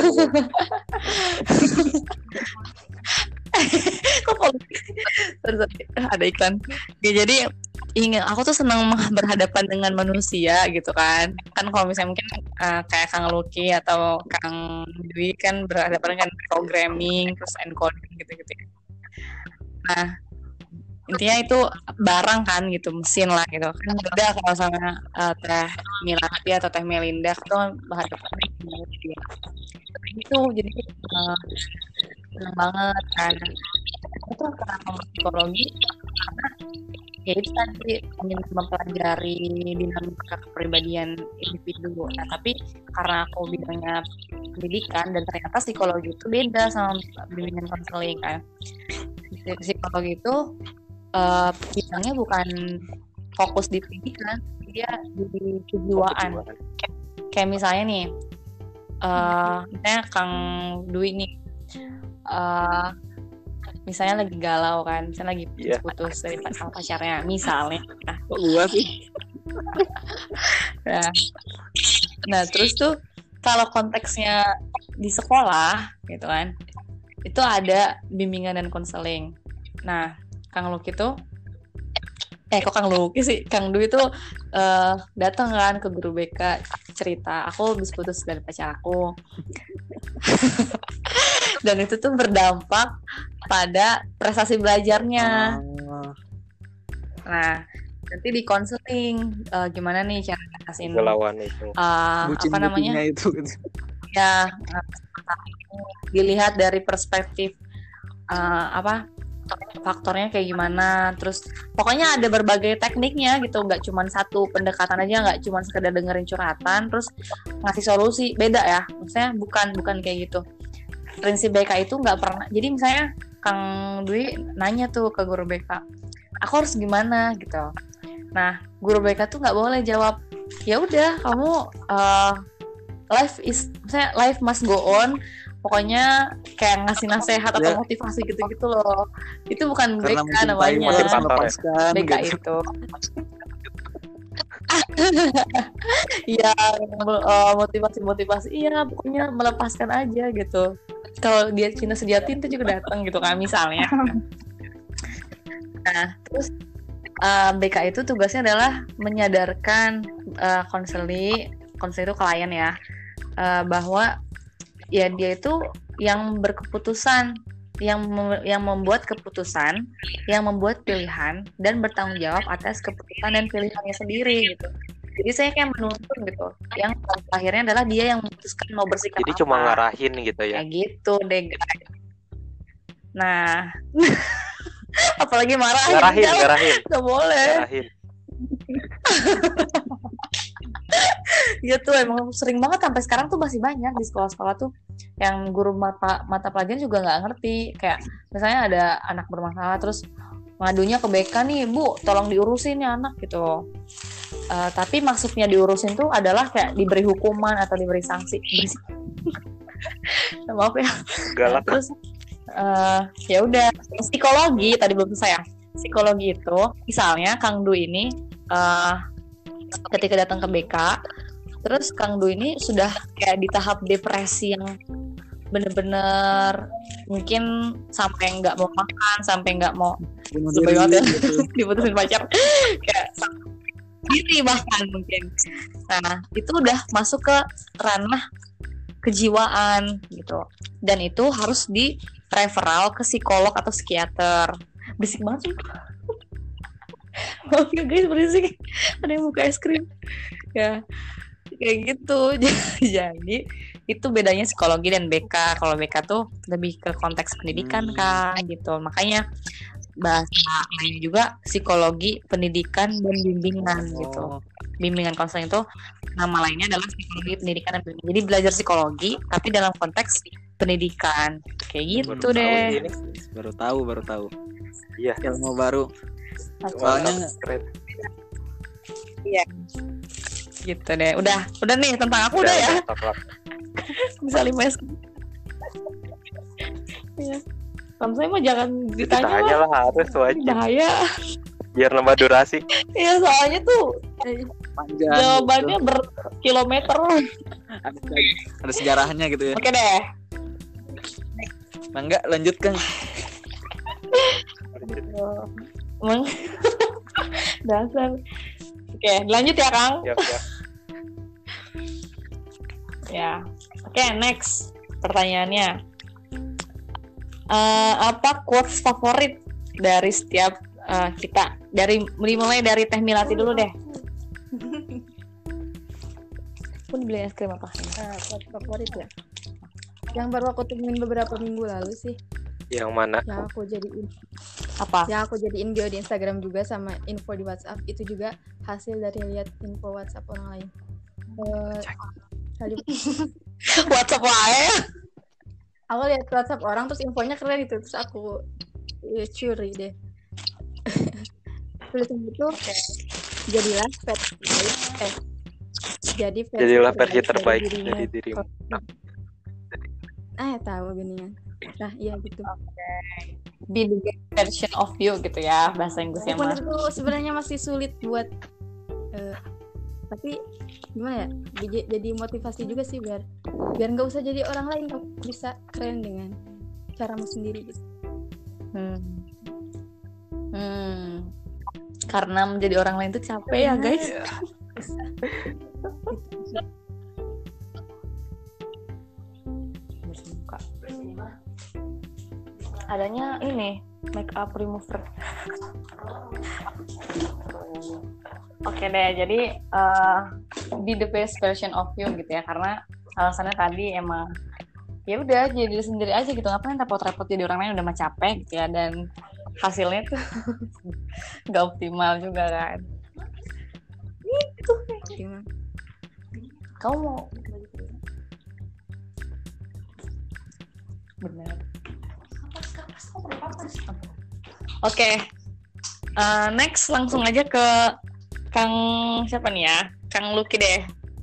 kok ada iklan ya, jadi ingin aku tuh senang berhadapan dengan manusia gitu kan kan kalau misalnya mungkin uh, kayak Kang Lucky atau Kang Dwi kan berhadapan dengan programming terus encoding gitu-gitu. Nah intinya itu barang kan gitu, mesin lah gitu kan beda kalau sama uh, Teh Milati atau Teh Melinda itu berhadapan dengan dia itu jadi uh, senang banget kan. Itu kenapa mau psikologi karena ya itu tadi ingin mempelajari dinamika kepribadian individu. Nah tapi karena aku bidangnya pendidikan dan ternyata psikologi itu beda sama bimbingan konseling kan. Psikologi itu uh, bidangnya bukan fokus di pendidikan, dia di kejiwaan. Kayak, kayak misalnya nih, uh, misalnya Kang Dwi nih. Uh, misalnya lagi galau kan, misalnya lagi yeah. putus dari sama pacarnya, misalnya. Nah, kok gua sih? nah, nah, terus tuh kalau konteksnya di sekolah, gitu kan, itu ada bimbingan dan konseling. Nah, Kang Lucky tuh, eh kok Kang Lucky sih, Kang Dwi tuh uh, datang kan ke guru B K cerita, aku habis putus dari pacar aku. Dan itu tuh berdampak pada prestasi belajarnya. Ah. Nah, nanti di konseling uh, gimana nih cara ngatasin Gelawan itu. Uh, apa namanya? Itu, ya, uh, dilihat dari perspektif uh, apa faktornya kayak gimana. Terus pokoknya ada berbagai tekniknya gitu, nggak cuma satu pendekatan aja, nggak cuma sekedar dengerin curhatan terus ngasih solusi. Beda ya, maksudnya bukan bukan kayak gitu. Prinsip B K itu nggak pernah. Jadi misalnya Kang Dwi nanya tuh ke guru B K, aku harus gimana gitu. Nah guru B K tuh nggak boleh jawab, ya udah kamu uh, life is, misalnya life must go on. Pokoknya kayak ngasih nasihat atau ya. Motivasi gitu-gitu loh. Itu bukan Karena B K namanya. B K gitu. itu. Iya, uh, motivasi-motivasi. Iya, pokoknya melepaskan aja gitu. Kalau dia cinta sejati itu juga datang gitu kan misalnya. Nah, terus uh, B K itu tugasnya adalah menyadarkan uh, konseli, konseli itu klien ya, uh, bahwa ya dia itu yang berkeputusan, yang mem- yang membuat keputusan, yang membuat pilihan dan bertanggung jawab atas keputusan dan pilihannya sendiri gitu. Jadi saya kayak menuntun gitu. Yang akhirnya adalah dia yang memutuskan mau bersikap Jadi apa. cuma ngarahin gitu ya. Kayak gitu deh guys. Nah, apalagi marahin. Ngarahin, kan? ngarahin. Gak boleh. Ngarahin. Gitu emang sering banget sampai sekarang tuh masih banyak di sekolah-sekolah tuh yang guru mata mata pelajaran juga nggak ngerti. Kayak misalnya ada anak bermasalah terus ngadunya ke B K nih, Bu, tolong diurusin ya anak gitu. Uh, tapi maksudnya diurusin tuh adalah kayak diberi hukuman atau diberi sanksi. Maaf ya. Galak. Nah, terus uh, ya udah psikologi tadi belum selesai ya. Psikologi itu misalnya Kang Du ini uh, ketika datang ke B K, terus Kang Du ini sudah kayak di tahap depresi yang bener-bener mungkin sampai nggak mau makan, sampai nggak mau lebay banget ya diputusin pacar kayak diri bahkan mungkin. Nah itu udah masuk ke ranah kejiwaan gitu, dan itu harus di referral ke psikolog atau psikiater. Berisik banget sih. Maaf ya guys, berisik. Ada yang buka es krim. Ya kayak gitu. Jadi itu bedanya psikologi dan B K. Kalau B K tuh lebih ke konteks pendidikan hmm. kan gitu. Makanya bahasa lainnya juga psikologi pendidikan dan bimbingan oh. gitu. Bimbingan konseling itu nama lainnya adalah psikologi pendidikan dan bimbingan. Jadi belajar psikologi tapi dalam konteks pendidikan. Kayak gitu Baru tahu deh. Ini baru tahu baru tahu iya. ilmu baru. Soalnya Keren. Gitu deh. Udah, udah nih tentang aku udah, ya. top up. Bisa lima S. Iya. Kalau saya mah jangan ditanya Ditanya lah. lah harus wajib Bahaya. biar nambah durasi. Iya, soalnya tuh panjang. jawabannya gitu. berkilometer. ada, ada sejarahnya gitu ya. Oke deh. Nah, enggak lanjutkan. Emang dasar. Oke, lanjut ya, Kang. Siap, siap. Ya. Oke, next pertanyaannya. Eh, apa quotes favorit dari setiap eh, kita? Dari mulai dari Teh Milati dulu deh. Pun beli es krim apa? Nah, quote favorit ya. Yang baru aku temuin beberapa minggu lalu sih, Yang mana? yang aku jadiin, Apa? yang aku jadiin bio di Instagram juga sama info di WhatsApp, itu juga hasil dari lihat info WhatsApp orang lain. Eh, kali- WhatsApp wae. aku lihat WhatsApp orang terus infonya keren itu, terus aku eh, curi deh. Tulisan itu jadilah pet eh jadi versi Jadilah versi terbaik terbaik dari dirimu. dari dirimu. Ah, tahu geningan. Nah, iya gitu. Be the best version of you gitu ya bahasa Inggrisnya Walaupun mah. itu sebenarnya masih sulit buat eh, tapi gimana ya, jadi, jadi motivasi juga sih biar biar nggak usah jadi orang lain, kamu bisa keren dengan caramu sendiri gitu. Hmm. Hmm. Karena menjadi orang lain tuh capek ya guys. Bersuka. Adanya ini make up remover. Oke deh, jadi uh, be the best version of you gitu ya, karena alasannya tadi emang ya udah jadi diri sendiri aja gitu, ngapain repot-repot jadi orang lain, udah mah capek gitu ya, dan hasilnya tuh nggak optimal juga kan. Itu Gimana? kamu mau benar. Oke, uh, next langsung aja ke Kang siapa nih ya? Kang Lucky deh.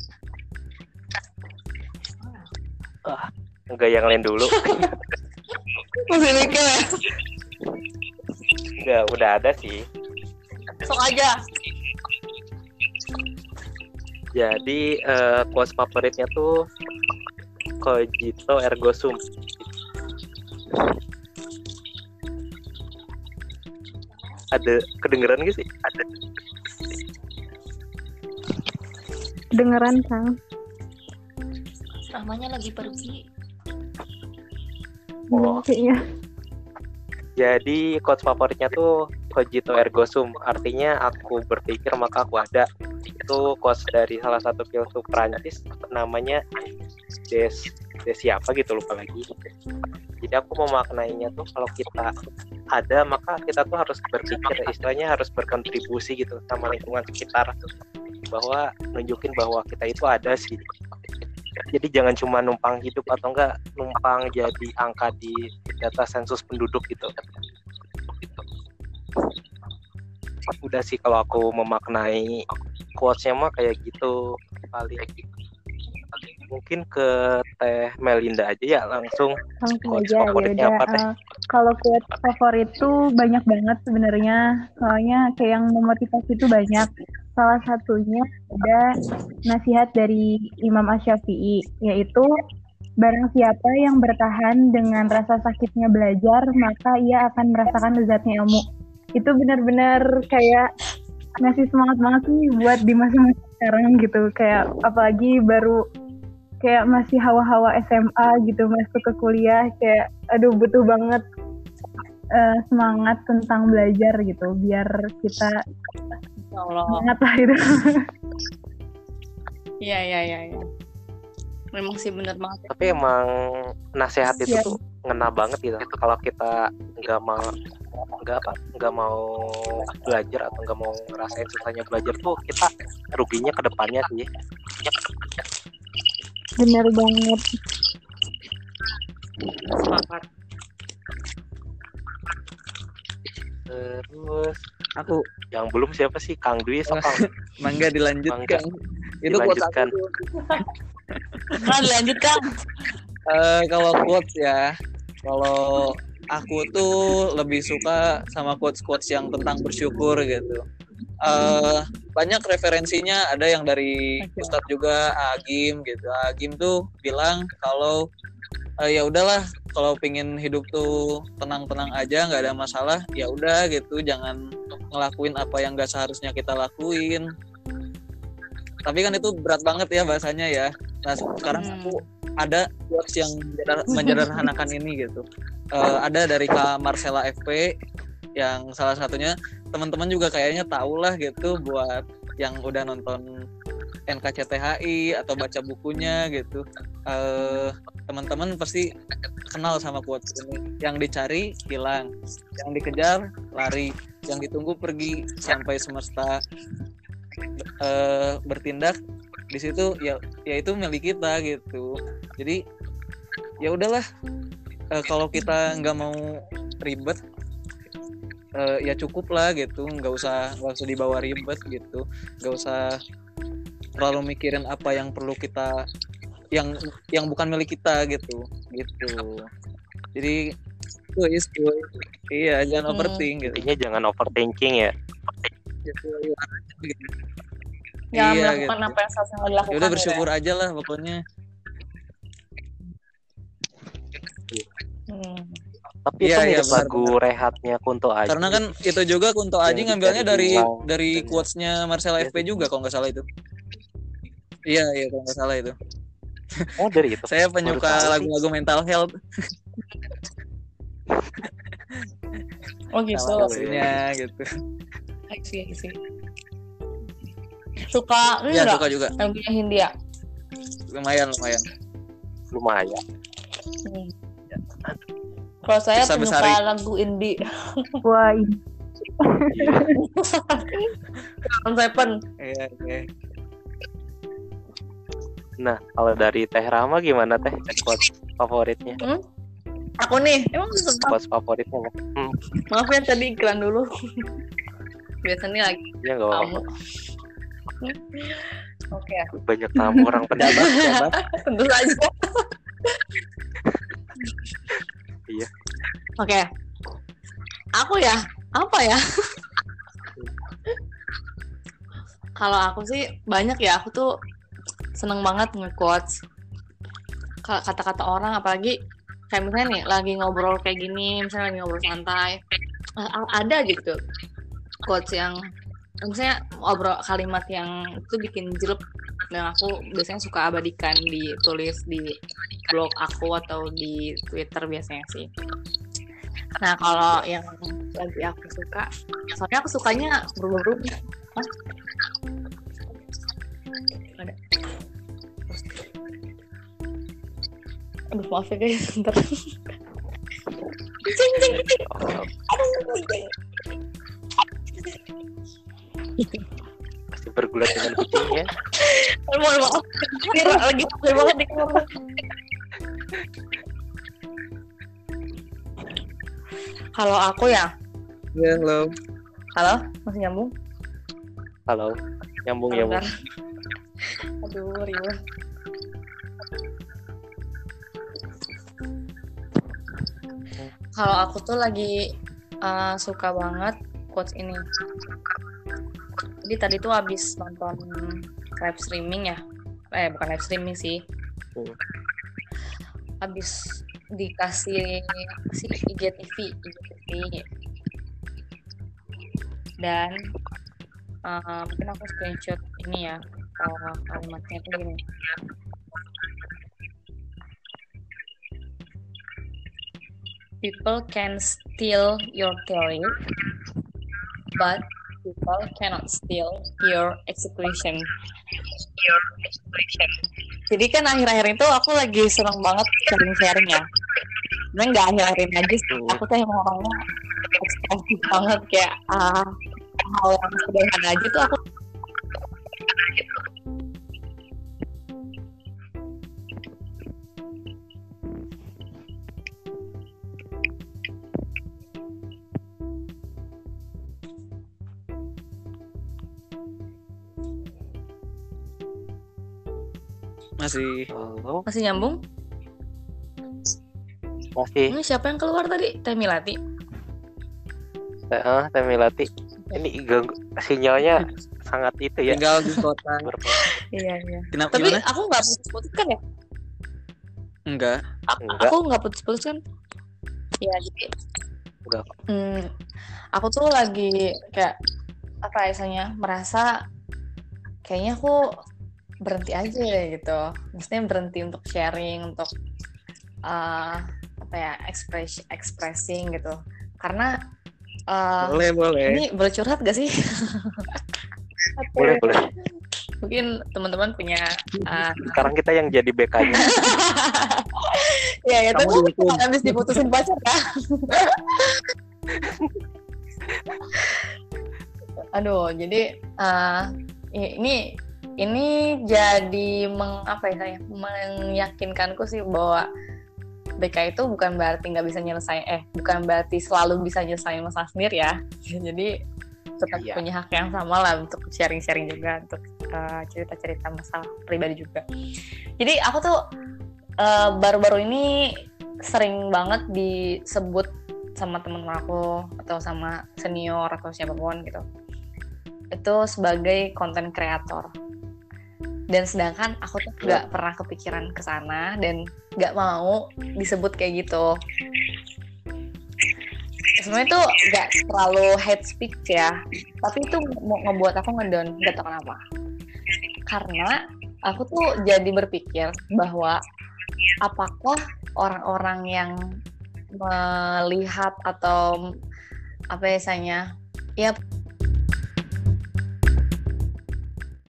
Enggak, yang lain dulu. Masih mikir ya? Enggak, udah ada sih. Sok aja. Jadi eh, quotes favoritnya tuh cogito ergo sum. Ada kedengeran gak sih? Ada. Dengeran, Kang. Namanya lagi pergi. Oh. Kayaknya. Jadi quotes favoritnya tuh cogito ergo sum, artinya aku berpikir maka aku ada. Itu quotes dari salah satu filsuf Prancis namanya Des Des siapa gitu, lupa lagi. Jadi aku memaknainya tuh kalau kita ada maka kita tuh harus berpikir, istilahnya harus berkontribusi gitu sama lingkungan sekitar, bahwa nunjukin bahwa kita itu ada sih. Jadi jangan cuma numpang hidup atau enggak numpang jadi angka di data sensus penduduk gitu. Udah sih kalau aku memaknai quotes-nya mah kayak gitu paling. Mungkin ke Teh Melinda aja ya langsung. Langsung Quotes aja ya favoritnya udah. apa, Teh? eh, kalau quote favorit tuh banyak banget sebenarnya. Soalnya kayak yang memotivasi itu banyak. Salah satunya ada nasihat dari Imam Asy-Syafi'i, yaitu barang siapa yang bertahan dengan rasa sakitnya belajar, maka ia akan merasakan lezatnya ilmu. Itu benar-benar kayak ngasih semangat banget sih buat di masa-masa sekarang gitu. Kayak apalagi baru kayak masih hawa-hawa S M A gitu, masuk ke kuliah, kayak aduh butuh banget uh, semangat tentang belajar gitu, biar kita Allah. semangat lah gitu. Iya iya iya. Ya. Memang sih benar banget. Tapi emang nasihat itu Iya. tuh ngena banget gitu. Kalau kita nggak mau nggak apa nggak mau belajar atau nggak mau ngerasain susahnya belajar tuh, kita ruginya ke depannya sih. Bener banget. Sepakat. Terus Aku yang belum siapa sih? Kang Dwi sama Kang? mangga dilanjutkan. Itu quotes Dilanjutkan. aku. Nah, dilanjutkan. Eh, kalau quotes ya, kalau aku tuh lebih suka sama quotes-quotes yang tentang bersyukur gitu. Eh, banyak referensinya, ada yang dari Ustadz juga, Agim gitu. Agim tuh bilang kalau eh, ya udahlah, kalau pingin hidup tuh tenang-tenang aja, nggak ada masalah, ya udah gitu, jangan ngelakuin apa yang nggak seharusnya kita lakuin. Tapi kan itu berat banget ya bahasanya ya. Nah sekarang Hmm. aku ada quotes yang menjeder- menjederhanakan ini gitu. Eh, ada dari Kak Marcella F P yang salah satunya teman-teman juga kayaknya tahu lah gitu, buat yang udah nonton N K C T H I atau baca bukunya gitu. Eh, teman-teman pasti kenal sama quotes ini. Yang dicari hilang, yang dikejar lari, yang ditunggu pergi, sampai semesta eh, bertindak di situ ya, ya itu milik kita gitu. Jadi ya udahlah, eh, kalau kita nggak mau ribet, eh, ya cukup lah gitu, nggak usah nggak usah dibawa ribet gitu, nggak usah terlalu mikirin apa yang perlu kita, yang yang bukan milik kita gitu gitu. Jadi please, iya jangan Hmm. overthink gitu. Intinya jangan overthinking ya. Gitu. Jangan Iya, melakukan gitu. apa yang seharusnya dilakukan. Ya udah bersyukur aja lah pokoknya. Hmm. Tapi Iya, itu iya, mirip benar, lagu Rehatnya Kunto Aji. Karena kan itu juga Kunto Aji Yang ngambilnya dicari dari hilang. dari Dan- quotes-nya Marcella Iya F P juga kalau nggak salah itu. Iya, iya kalau nggak salah itu. Oh dari itu. Saya Baru penyuka tahu sih. lagu-lagu mental health Oh gitu. salah satunya gitu. I see, I see. Suka ini Iya, enggak? suka juga. Lagunya Hindia. Lumayan, lumayan. Lumayan. Hmm. Kalau saya Bisa penyuka Besari. lagu indie. Wah, ini On Seven. Iya, iya. Nah kalau dari Teh Rama gimana Teh? Quotes favoritnya? Aku nih, emang suka. Quotes favoritnya? Hmm, Maaf ya tadi iklan dulu. Biasanya lagi ya nggak kamu. apa-apa. Oke, Banyak tamu orang pendapat. Jabat, jabat. tentu saja. Iya. Oke. Aku ya, apa ya? Kalau aku sih banyak ya, aku tuh seneng banget nge-quotes Ka- kata-kata orang, apalagi kayak misalnya nih lagi ngobrol kayak gini, misalnya lagi ngobrol santai, a- a- ada gitu quotes yang misalnya ngobrol kalimat yang itu bikin jelek, dan aku biasanya suka abadikan, ditulis di blog aku atau di Twitter biasanya sih. Nah kalau yang lagi aku suka, soalnya aku sukanya berubah-ubah. Hah? Ada. Aduh maaf ya guys, bentar. Cing, cing, cing. Aduh, cing. Pasti bergulat dengan kucingnya. Aduh, mohon maaf. Ini lagi capek banget di kamar. Kalau aku ya, Iya, halo. halo, masih nyambung? Halo, nyambung ya Bu. Bentar. Aduh, riuh. Kalau aku tuh lagi uh, suka banget quotes ini. Jadi tadi tuh habis nonton live streaming ya, eh bukan live streaming sih. Hmm. Habis dikasih si I G T V, I G T V. Dan uh, mungkin aku screenshot ini ya, uh, kalimatnya tuh gini. People can steal your theory, but people cannot steal your execution. Your execution. Jadi kan akhir-akhir itu aku lagi seneng banget sharing-sharing ya. Sebenarnya nggak akhir-akhir ini aja sih. Aku tuh emang orangnya ekspresif banget, kayak ah, hal yang sederhana aja tuh aku. Masih. Halo, Masih nyambung? masih. Ini siapa yang keluar tadi? Teh Milati. Heeh, Teh Milati. Ini ganggu sinyalnya sangat itu ya. Tinggal di kota. Berpengaruh. Iya, iya. Kenapa Tapi gimana? aku nggak putus-putus kan ya? Enggak. A- Enggak. Aku nggak putus-putus kan? Iya, jadi Enggak. hmm, aku tuh lagi kayak apa ya, istilahnya merasa kayaknya aku berhenti aja ya gitu. Maksudnya berhenti untuk sharing, untuk uh, apa ya, express expressing gitu. Karena uh, Boleh, boleh. ini boleh curhat gak sih? Boleh, boleh. Mungkin teman-teman punya uh, Sekarang kita yang jadi B K-nya. ya itu Kamu kan dihukum. habis diputusin pacar kan. Aduh, jadi uh, ini ini jadi meng, apa ya saya meyakinkanku sih bahwa B K itu bukan berarti nggak bisa nyelesain eh bukan berarti selalu bisa nyelesain masalah sendiri ya. Jadi tetap Iya. punya hak yang sama lah untuk sharing-sharing juga, untuk uh, cerita-cerita masalah pribadi juga. Jadi aku tuh uh, baru-baru ini sering banget disebut sama teman-teman aku atau sama senior atau siapapun gitu, itu sebagai content creator. Dan sedangkan aku tuh nggak pernah kepikiran ke sana dan nggak mau disebut kayak gitu. Sebenarnya tuh nggak terlalu hate speech ya, tapi itu mau ngebuat aku ngedown, nggak tahu kenapa. Karena aku tuh jadi berpikir bahwa apakah orang-orang yang melihat atau apa biasanya ya